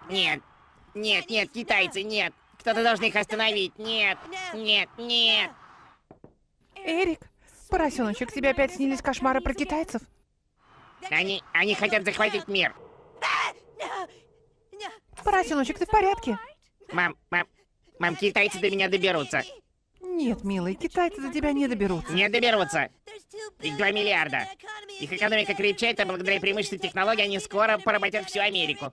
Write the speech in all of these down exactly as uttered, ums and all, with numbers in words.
Нет, нет, нет, китайцы, нет. Кто-то должен их остановить. Нет, нет, нет. Эрик, поросеночек, тебе опять снились кошмары про китайцев? Они, они хотят захватить мир. Поросеночек, ты в порядке? Мам, мам, мам, китайцы до меня доберутся. Нет, милый, китайцы до тебя не доберутся. Не доберутся. Их два миллиарда. Их экономика крепчает, а благодаря преимуществу технологий они скоро поработят всю Америку.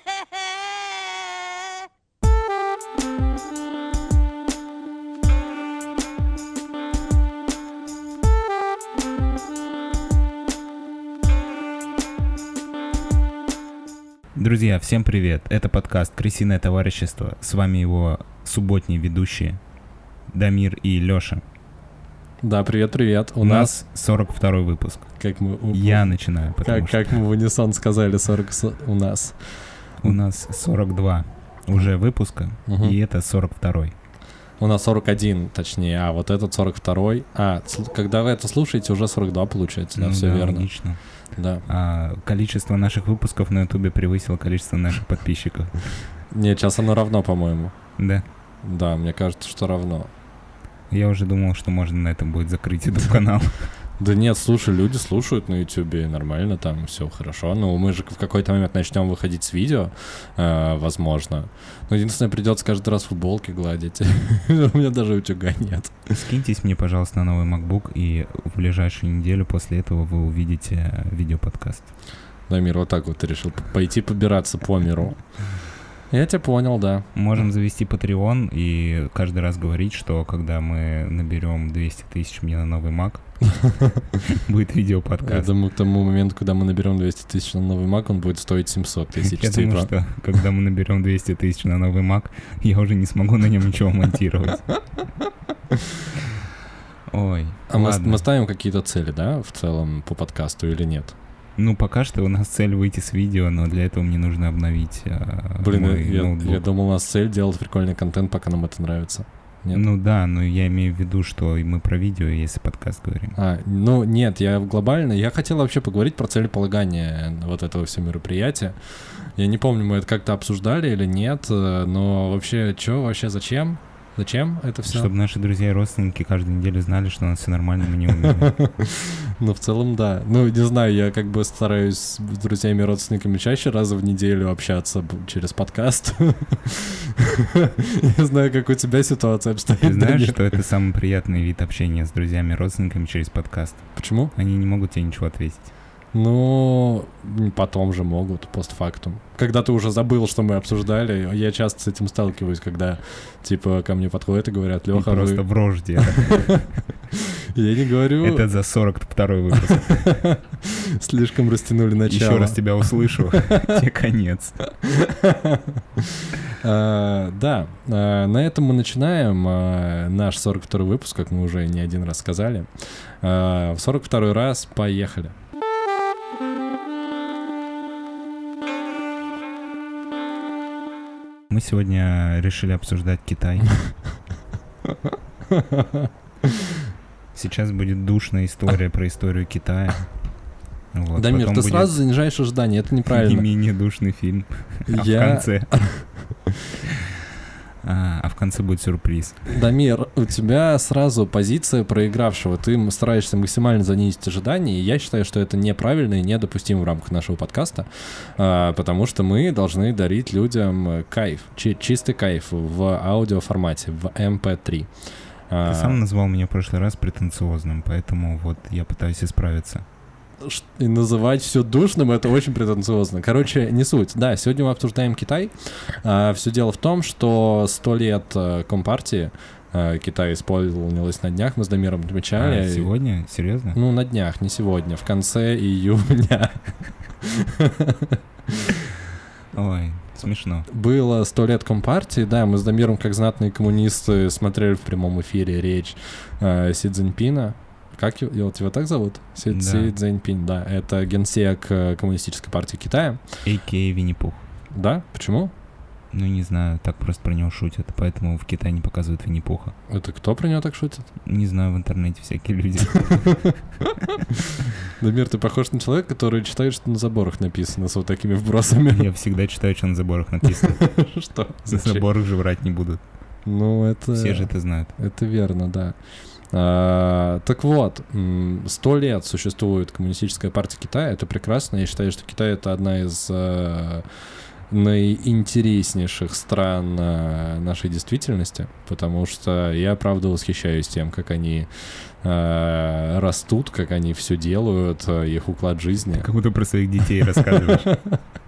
Друзья, всем привет! Это подкаст «Крысиное товарищество». С вами его субботние ведущие Дамир и Лёша. Да, привет-привет. У, У нас сорок второй выпуск. Как мы... Я начинаю, потому как, что... Как мы в унисон сказали, сорок у нас. У нас сорок два уже выпуска, угу. И это сорок второй. У нас сорок один, точнее, а вот этот сорок второй. А, когда вы это слушаете, уже сорок два получается, да, ну, все да, верно. Логично. Да. А, количество наших выпусков на Ютубе превысило количество наших подписчиков. Нет, сейчас оно равно, по-моему. Да? Да, мне кажется, что равно. Я уже думал, что можно на этом будет закрыть этот канал. Да нет, слушай, люди слушают на Ютубе, нормально, там все хорошо. Ну, мы же в какой-то момент начнем выходить с видео, э, возможно. Но единственное, придется каждый раз футболки гладить. У меня даже утюга нет. Скиньтесь мне, пожалуйста, на новый MacBook, и в ближайшую неделю после этого вы увидите видеоподкаст. Да, Мир, вот так вот ты решил пойти побираться по миру. Я тебя понял, да. Можем завести Patreon и каждый раз говорить, что когда мы наберем двести тысяч мне на новый Mac, будет видеоподкаст. Я думаю, к тому моменту, когда мы наберем двести тысяч на новый Mac, он будет стоить семьсот тысяч. Я думаю, что когда мы наберем двести тысяч на новый Mac, я уже не смогу на нем ничего монтировать. Ой, А мы, мы ставим какие-то цели, да, в целом по подкасту или нет? Ну, пока что у нас цель выйти с видео, но для этого мне нужно обновить э, Блин, мой я, ноутбук. Я думал, у нас цель делать прикольный контент, пока нам это нравится. Нет? Ну да, но я имею в виду, что мы про видео, если подкаст говорим. А, ну нет, я глобально, я хотел вообще поговорить про целеполагание вот этого всего мероприятия. Я не помню, мы это как-то обсуждали или нет, но вообще, что, вообще зачем? Зачем это все? Чтобы наши друзья и родственники каждую неделю знали, что у нас все нормально, мы не умерли. Ну, в целом, да. Ну, не знаю, я как бы стараюсь с друзьями и родственниками чаще раза в неделю общаться через подкаст. Не знаю, как у тебя ситуация обстоит. Ты знаешь, что это самый приятный вид общения с друзьями и родственниками через подкаст? Почему? Они не могут тебе ничего ответить. Ну, потом же могут, постфактум. Когда ты уже забыл, что мы обсуждали, я часто с этим сталкиваюсь, когда, типа, ко мне подходят и говорят: Лёха, вы... просто в рожде. Я не говорю... Это за сорок второй выпуск. Слишком растянули начало. Еще раз тебя услышу, тебе конец. Да, на этом мы начинаем наш сорок второй выпуск, как мы уже не один раз сказали. В сорок второй раз поехали. Мы сегодня решили обсуждать Китай. Сейчас будет душная история про историю Китая. Вот. Дамир, ты будет сразу занижаешь ожидания, это неправильно. Не менее душный фильм. Я... А в конце... А, а в конце будет сюрприз. Дамир, у тебя сразу позиция проигравшего. Ты стараешься максимально занизить ожидания, и я считаю, что это неправильно и недопустимо в рамках нашего подкаста, а, потому что мы должны дарить людям кайф, чи- чистый кайф в аудиоформате, в эм пэ три. Ты а... сам назвал меня в прошлый раз претенциозным, поэтому вот я пытаюсь исправиться. И называть все душным — это очень претенциозно. Короче, не суть. Да, сегодня мы обсуждаем Китай. А, все дело в том, что сто лет Компартии а, Китай исполнилось на днях. Мы с Дамиром отмечали. А, сегодня? Серьезно? Ну, на днях, не сегодня. В конце июня. Ой, смешно. Было сто лет Компартии. Да, мы с Дамиром, как знатные коммунисты, смотрели в прямом эфире речь а, Си Цзиньпина. Как его, его так зовут? Си, да. Си Цзиньпин, да. Это генсек Коммунистической партии Китая. а ка а. Винни-Пух. Да? Почему? Ну, не знаю, так просто про него шутят, поэтому в Китае не показывают Винни-Пуха. Это кто про него так шутит? Не знаю, в интернете всякие люди. Дамир, ты похож на человека, который читает, что на заборах написано с вот такими вбросами. Я всегда читаю, что на заборах написано. Что? На заборах же врать не будут. Ну, это... Все же это знают. Это верно, да. А, так вот, сто лет существует Коммунистическая партия Китая, это прекрасно. Я считаю, что Китай — это одна из а, наиинтереснейших стран а, нашей действительности, потому что я, правда, восхищаюсь тем, как они а, растут, как они все делают, их уклад жизни. Ты как будто про своих детей рассказываешь.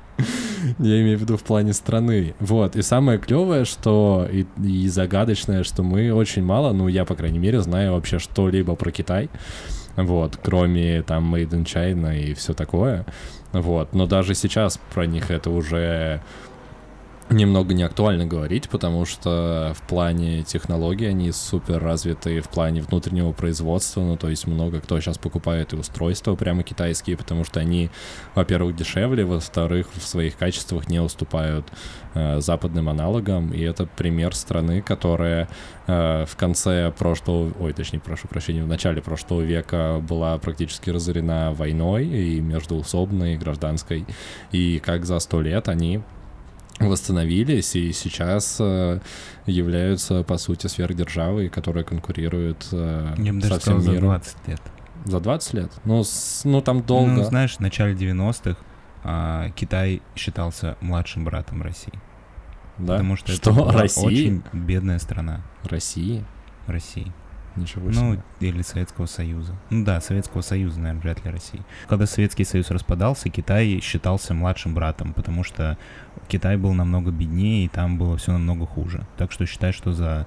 Я имею в виду в плане страны. Вот. И самое клевое, что и, и загадочное, что мы очень мало, ну, я, по крайней мере, знаю вообще что-либо про Китай. Вот. Кроме там Made in China и все такое. Вот. Но даже сейчас про них это уже немного не актуально говорить, потому что в плане технологий они супер развиты, в плане внутреннего производства, ну, то есть много кто сейчас покупает и устройства прямо китайские, потому что они, во-первых, дешевле, во-вторых, в своих качествах не уступают э, западным аналогам, и это пример страны, которая э, в конце прошлого, ой, точнее, прошу прощения, в начале прошлого века была практически разорена войной, и междоусобной, и гражданской, и как за сто лет они восстановились и сейчас э, являются, по сути, сверхдержавой, которая конкурирует э, Я бы со даже всем сказал, миром. за двадцать лет. За двадцать лет? Ну, с, ну там долго. Ну, знаешь, в начале девяностых а, Китай считался младшим братом России. Да? Потому что, что? это была России? очень бедная страна. России? России. Ничего себе. Ну, или Советского Союза. Ну да, Советского Союза, наверное, вряд ли России. Когда Советский Союз распадался, Китай считался младшим братом, потому что Китай был намного беднее, и там было все намного хуже. Так что считай, что за,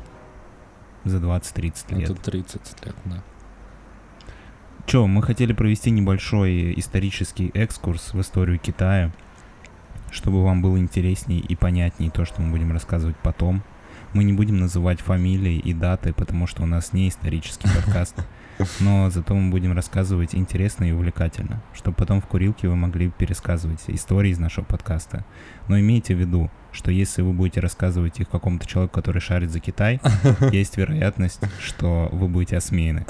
за двадцать-тридцать лет. Это тридцать лет, да. Чё, мы хотели провести небольшой исторический экскурс в историю Китая, чтобы вам было интереснее и понятнее то, что мы будем рассказывать потом. Мы не будем называть фамилии и даты, потому что у нас не исторический подкаст, но зато мы будем рассказывать интересно и увлекательно, чтобы потом в курилке вы могли пересказывать истории из нашего подкаста. Но имейте в виду, что если вы будете рассказывать их какому-то человеку, который шарит за Китай, есть вероятность, что вы будете осмеяны.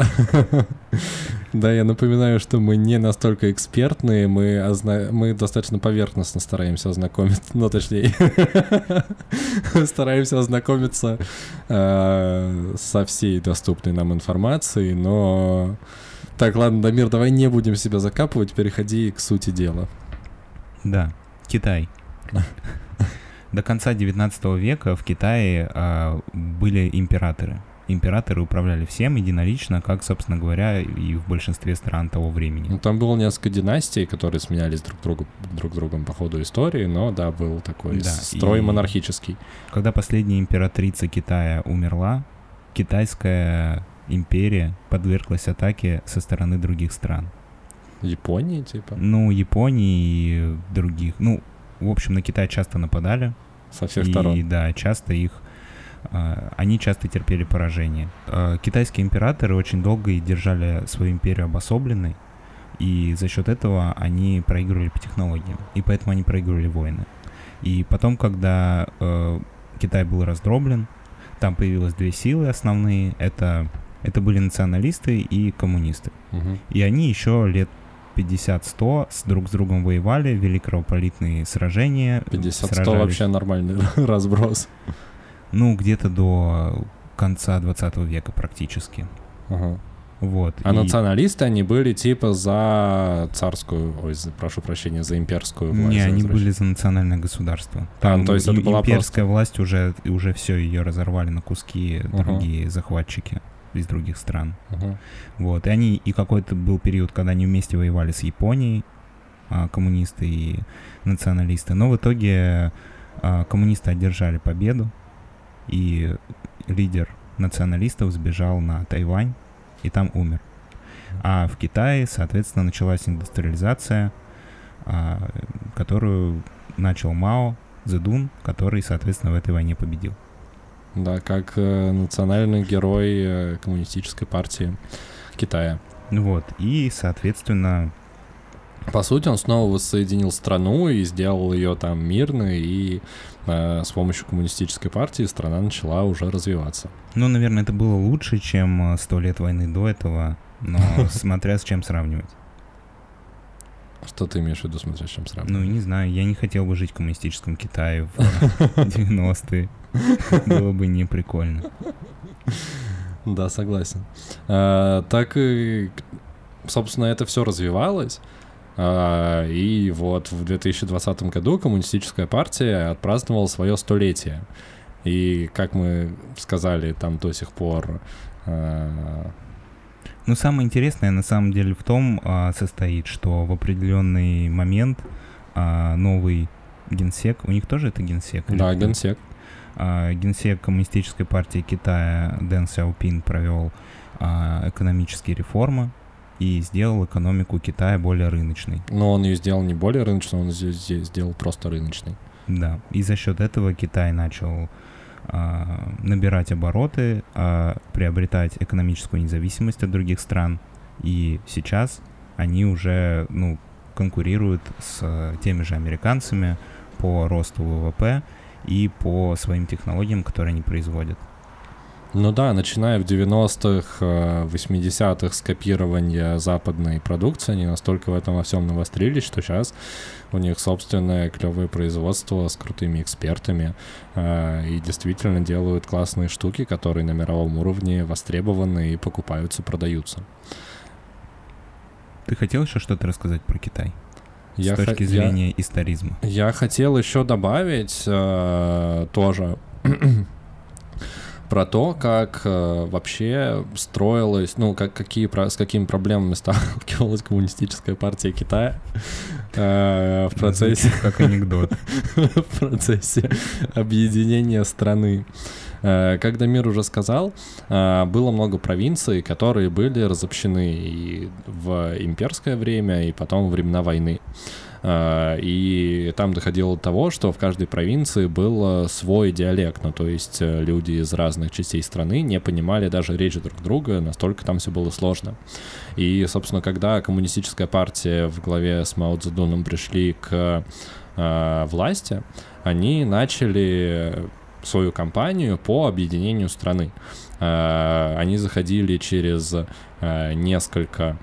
Да, я напоминаю, что мы не настолько экспертные, мы, озна... мы достаточно поверхностно стараемся ознакомиться, ну, точнее, стараемся ознакомиться э, со всей доступной нам информацией, но... Так, ладно, Дамир, давай не будем себя закапывать, переходи к сути дела. Да, Китай. До конца девятнадцатого века в Китае а, были императоры. Императоры управляли всем единолично, как, собственно говоря, и в большинстве стран того времени. Ну, там было несколько династий, которые сменялись друг, другу, друг другом по ходу истории, но, да, был такой да, строй и монархический. Когда последняя императрица Китая умерла, китайская империя подверглась атаке со стороны других стран. Японии, типа? Ну, Японии и других. Ну, в общем, на Китай часто нападали. Со всех и, сторон. Да, часто их... Uh, они часто терпели поражение. Uh, китайские императоры очень долго и держали свою империю обособленной, и за счет этого они проигрывали по технологиям, и поэтому они проигрывали войны. И потом, когда uh, Китай был раздроблен, там появилось две силы основные. Это, это были националисты и коммунисты. Угу. И они еще лет пятьдесят-сто с друг с другом воевали, вели кровопролитные сражения. пятьдесят-сто вообще нормальный разброс. Ну, где-то до конца двадцатого века практически. Ага. Вот. А и... националисты, они были типа за царскую, ой, за, прошу прощения, за имперскую власть. Не, они были за национальное государство. Там а, ну, то есть это была имперская просто... власть уже, уже все, ее разорвали на куски uh-huh. другие захватчики из других стран. Uh-huh. Вот. И они, и какой-то был период, когда они вместе воевали с Японией, а, коммунисты и националисты. Но в итоге а, коммунисты одержали победу, и лидер националистов сбежал на Тайвань и там умер. А в Китае, соответственно, началась индустриализация, а, которую начал Мао Цзэдун, который, соответственно, в этой войне победил. Да, как э, национальный герой э, коммунистической партии Китая. Вот. И, соответственно, По сути, он снова воссоединил страну и сделал ее там мирной, и э, с помощью коммунистической партии страна начала уже развиваться. Ну, наверное, это было лучше, чем сто лет войны до этого, но смотря с чем сравнивать. Что ты имеешь в виду, смотря с чем сравнивать? Ну, не знаю, я не хотел бы жить в коммунистическом Китае в девяностые. Было бы не прикольно. Да, согласен. А, так и, собственно, это все развивалось. А, и вот в две тысячи двадцатом году коммунистическая партия отпраздновала свое столетие. И, как мы сказали, там до сих пор... А... Ну, самое интересное, на самом деле, в том а, состоит, что в определенный момент а, новый генсек... У них тоже это генсек? Да, генсек. А, генсек Коммунистической партии Китая Дэн Сяопин провел а, экономические реформы и сделал экономику Китая более рыночной. Но он ее сделал не более рыночной, он ее сделал просто рыночной. Да, и за счет этого Китай начал а, набирать обороты, а, приобретать экономическую независимость от других стран. И сейчас они уже, ну, конкурируют с теми же американцами по росту ВВП и по своим технологиям, которые они производят. Ну да, начиная в девяностых, восьмидесятых с копирования западной продукции, они настолько в этом во всем навострились, что сейчас у них собственное клевое производство с крутыми экспертами и действительно делают классные штуки, которые на мировом уровне востребованы и покупаются, продаются. Ты хотел еще что-то рассказать про Китай? Я с точки х... зрения я... историзма. Я хотел еще добавить э, тоже про то, как э, вообще строилась, ну, как, какие, с какими проблемами сталкивалась коммунистическая партия Китая э, в процессе... Как анекдот. В процессе объединения страны. Как Дамир уже сказал, было много провинций, которые были разобщены и в имперское время, и потом во времена войны. И там доходило до того, что в каждой провинции был свой диалект, ну то есть люди из разных частей страны не понимали даже речь друг друга, настолько там все было сложно. И, собственно, когда коммунистическая партия в главе с Мао Цзэдуном пришли к власти, они начали свою кампанию по объединению страны. Они заходили через несколько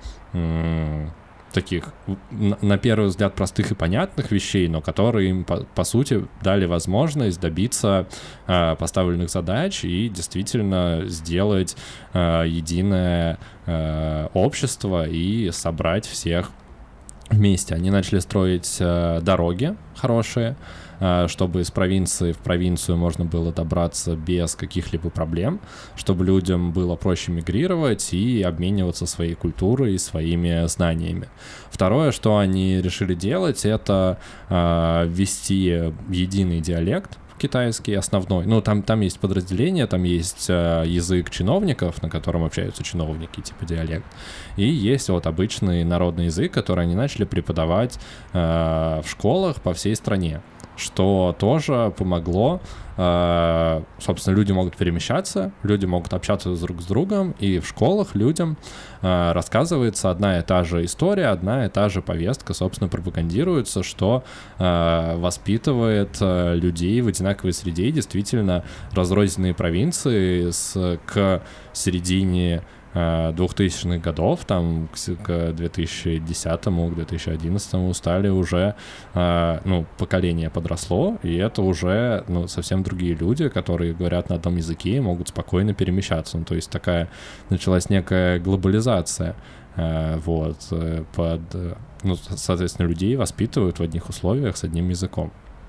таких, на первый взгляд, простых и понятных вещей, но которые им, по, по сути, дали возможность добиться э, поставленных задач и действительно сделать э, единое э, общество и собрать всех вместе. Они начали строить э, дороги хорошие, э, чтобы из провинции в провинцию можно было добраться без каких-либо проблем, чтобы людям было проще мигрировать и обмениваться своей культурой и своими знаниями. Второе, что они решили делать, это э, ввести единый диалект китайский, основной. Ну, там, там есть подразделения, там есть э, язык чиновников, на котором общаются чиновники, типа диалект. И есть вот обычный народный язык, который они начали преподавать э, в школах по всей стране, что тоже помогло. Э, собственно, люди могут перемещаться, люди могут общаться друг с другом, и в школах людям э, рассказывается одна и та же история, одна и та же повестка, собственно, пропагандируется, что э, воспитывает э, людей в одинаковой среде. И действительно, разрозненные провинции с, к середине двухтысячных годов, там, к две тысячи десятому, к две тысячи одиннадцатому стали уже, ну, поколение подросло, и это уже, ну, совсем другие люди, которые говорят на одном языке и могут спокойно перемещаться. Ну, то есть такая началась некая глобализация, вот, под, ну, соответственно, людей воспитывают в одних условиях с одним языком.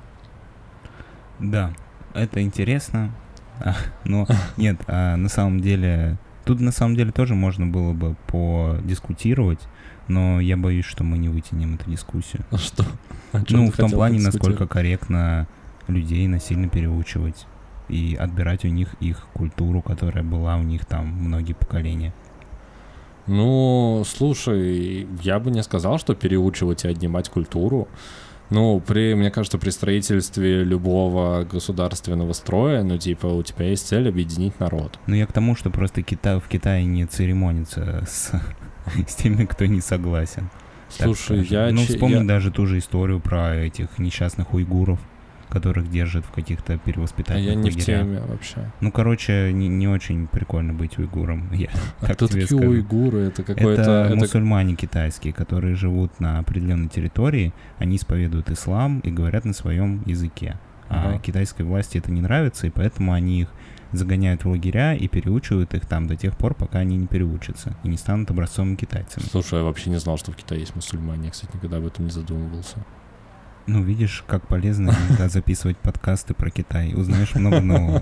Да, это интересно, но нет, на самом деле... Тут на самом деле тоже можно было бы подискутировать, но я боюсь, что мы не вытянем эту дискуссию. А что? Ну, в том плане, насколько корректно людей насильно переучивать и отбирать у них их культуру, которая была у них там многие поколения. Ну, слушай, я бы не сказал, что переучивать и отнимать культуру. Ну, при, мне кажется, при строительстве любого государственного строя, ну, типа, у тебя есть цель объединить народ. Ну, я к тому, что просто Китай, в Китае не церемонится с, с теми, кто не согласен. Слушай, я... Ну, че- вспомни я- даже ту же историю про этих несчастных уйгуров, которых держат в каких-то А перевоспитательных я не в лагерях. теме вообще. Ну, короче, не, не очень прикольно быть уйгуром. Я А так кто тебе такие скажу. уйгуры? Это какое-то... Это это- мусульмане китайские, которые живут на определенной территории, они исповедуют ислам и говорят на своем языке. А Ага. китайской власти это не нравится, и поэтому они их загоняют в лагеря и переучивают их там до тех пор, пока они не переучатся и не станут образцовыми китайцами. Слушай, я вообще не знал, что в Китае есть мусульмане. Я, кстати, никогда об этом не задумывался. Ну, видишь, как полезно иногда записывать подкасты про Китай. Узнаешь много нового.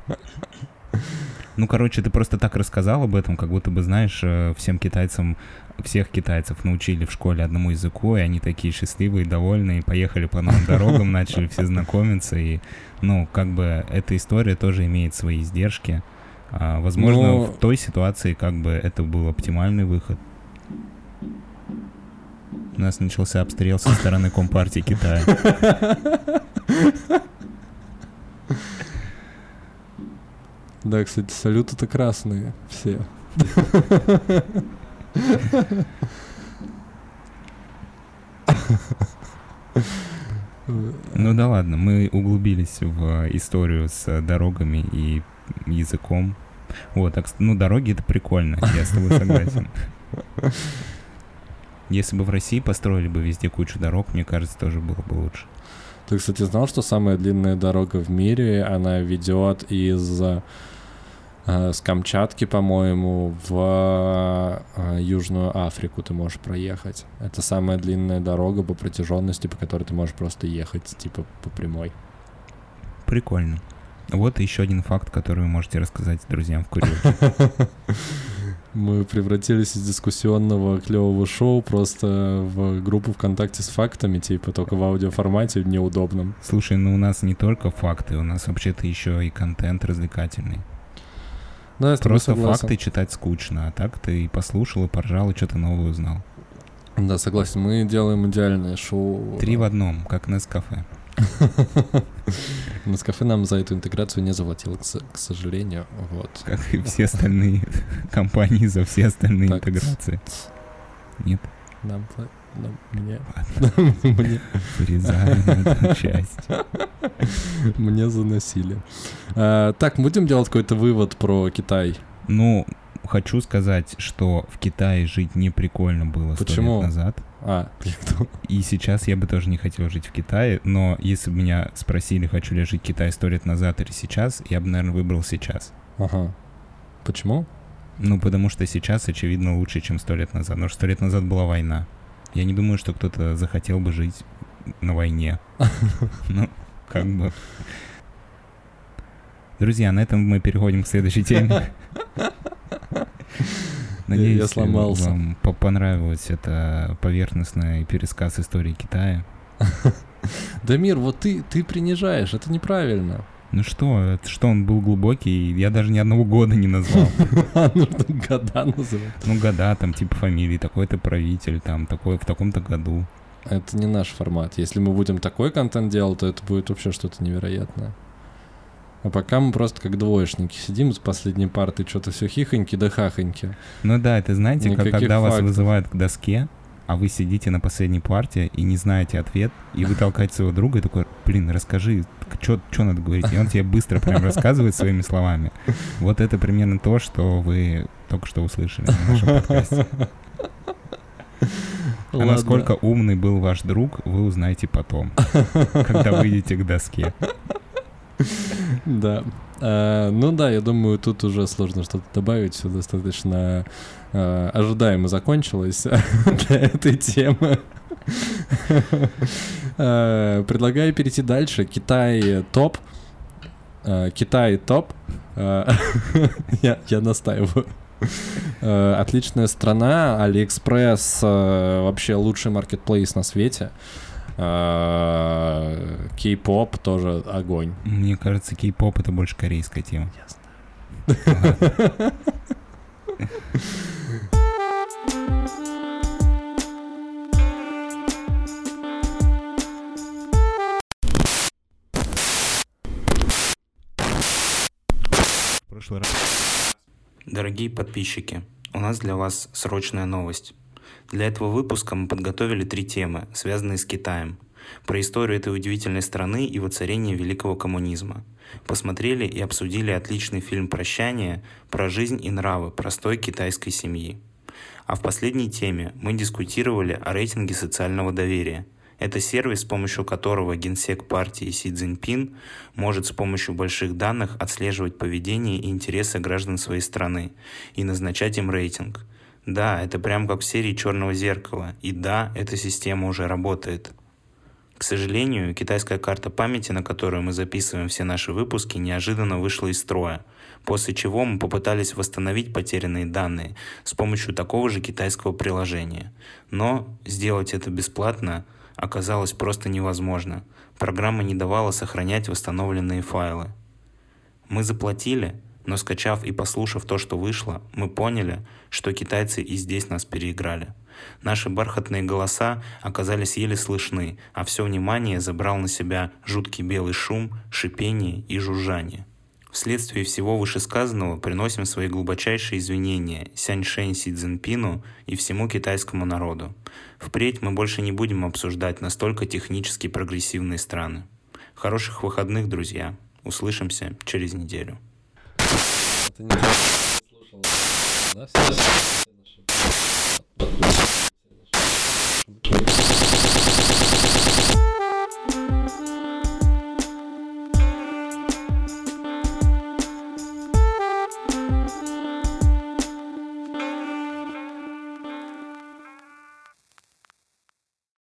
Ну, короче, ты просто так рассказал об этом, как будто бы, знаешь, э, всем китайцам, всех китайцев научили в школе одному языку, и они такие счастливые, довольные, поехали по новым дорогам, начали все знакомиться, и, ну, как бы эта история тоже имеет свои издержки. А, возможно, Ну- в той ситуации как бы это был оптимальный выход. У нас начался обстрел со стороны Компартии Китая. Да, кстати, салюты-то красные все. Ну да ладно, мы углубились в историю с дорогами и языком. Вот, так, ну дороги это прикольно, я с тобой согласен. Если бы в России построили бы везде кучу дорог, мне кажется, тоже было бы лучше. Ты, кстати, знал, что самая длинная дорога в мире, она ведет из э, с Камчатки, по-моему, в э, Южную Африку ты можешь проехать. Это самая длинная дорога по протяженности, по которой ты можешь просто ехать, типа, по прямой. Прикольно. Вот еще один факт, который вы можете рассказать друзьям в курилке. Мы превратились из дискуссионного клевого шоу просто в группу ВКонтакте с фактами, типа, только в аудиоформате неудобном. Слушай, ну у нас не только факты, у нас вообще-то еще и контент развлекательный. Да, я с тобой Просто согласен. факты читать скучно, а так ты и послушал, и поржал, и что-то новое узнал. Да, согласен. Мы делаем идеальное шоу. Три в одном, как Нескафе. Нескафе нам за эту интеграцию не заплатил, к, с- к сожалению. Вот. Как и все остальные компании за все остальные Так, интеграции. Нет, Нам, пла- нам- мне, ладно, мне, вырезаем эту часть. мне заносили. А, так, будем делать какой-то вывод про Китай. Ну, хочу сказать, что в Китае жить не прикольно было сто Почему? лет назад. А, кто? И сейчас я бы тоже не хотел жить в Китае, но если бы меня спросили, хочу ли я жить в Китае сто лет назад или сейчас, я бы, наверное, выбрал сейчас. Ага. Почему? Ну, потому что сейчас, очевидно, лучше, чем сто лет назад. Потому что сто лет назад была война. Я не думаю, что кто-то захотел бы жить на войне. Ну, как бы... Друзья, на этом мы переходим к следующей теме. Надеюсь, Я сломался. вам по- понравилось это поверхностный пересказ истории Китая. Дамир, вот ты, ты принижаешь, это неправильно. Ну что, это что он был глубокий, я даже ни одного года не назвал. Нужно года называть. Ну, года, там, типа фамилии, такой-то правитель, там, такой в таком-то году. Это не наш формат. Если мы будем такой контент делать, то это будет вообще что-то невероятное. А пока мы просто как двоечники сидим с последней парты, что-то все хихоньки да хахоньки. Ну да, это знаете, как Никаких когда вас фактов. вызывают к доске, а вы сидите на последней парте и не знаете ответ, и вы толкаете своего друга и такой, блин, расскажи, что надо говорить? И он тебе быстро прям рассказывает своими словами. Вот это примерно то, что вы только что услышали на нашем подкасте. А Ладно. насколько умный был ваш друг, вы узнаете потом, когда выйдете к доске. Да. А, ну да, я думаю, тут уже сложно что-то добавить. Все достаточно а, ожидаемо закончилось для этой темы. А, предлагаю перейти дальше. Китай топ. А, Китай топ. А, я, я настаиваю. А, отличная страна. Алиэкспресс а, вообще лучший маркетплейс на свете. А, кей-поп тоже огонь. Мне кажется, кей-поп — это больше корейская тема. В прошлый раз. Дорогие подписчики, у нас для вас срочная новость. Для этого выпуска мы подготовили три темы, связанные с Китаем. Про историю этой удивительной страны и воцарение великого коммунизма. Посмотрели и обсудили отличный фильм «Прощание» про жизнь и нравы простой китайской семьи. А в последней теме мы дискутировали о рейтинге социального доверия. Это сервис, с помощью которого генсек партии Си Цзиньпин может с помощью больших данных отслеживать поведение и интересы граждан своей страны и назначать им рейтинг. Да, это прям как в серии «Черного зеркала», и да, эта система уже работает. К сожалению, китайская карта памяти, на которую мы записываем все наши выпуски, неожиданно вышла из строя, после чего мы попытались восстановить потерянные данные с помощью такого же китайского приложения. Но сделать это бесплатно оказалось просто невозможно. Программа не давала сохранять восстановленные файлы. Мы заплатили, но скачав и послушав то, что вышло, мы поняли, что китайцы и здесь нас переиграли. Наши бархатные голоса оказались еле слышны, а все внимание забрал на себя жуткий белый шум, шипение и жужжание. Вследствие всего вышесказанного приносим свои глубочайшие извинения Сяньшэнь Си Цзиньпину и всему китайскому народу. Впредь мы больше не будем обсуждать настолько технически прогрессивные страны. Хороших выходных, друзья. Услышимся через неделю. Это не слушал. Да, все?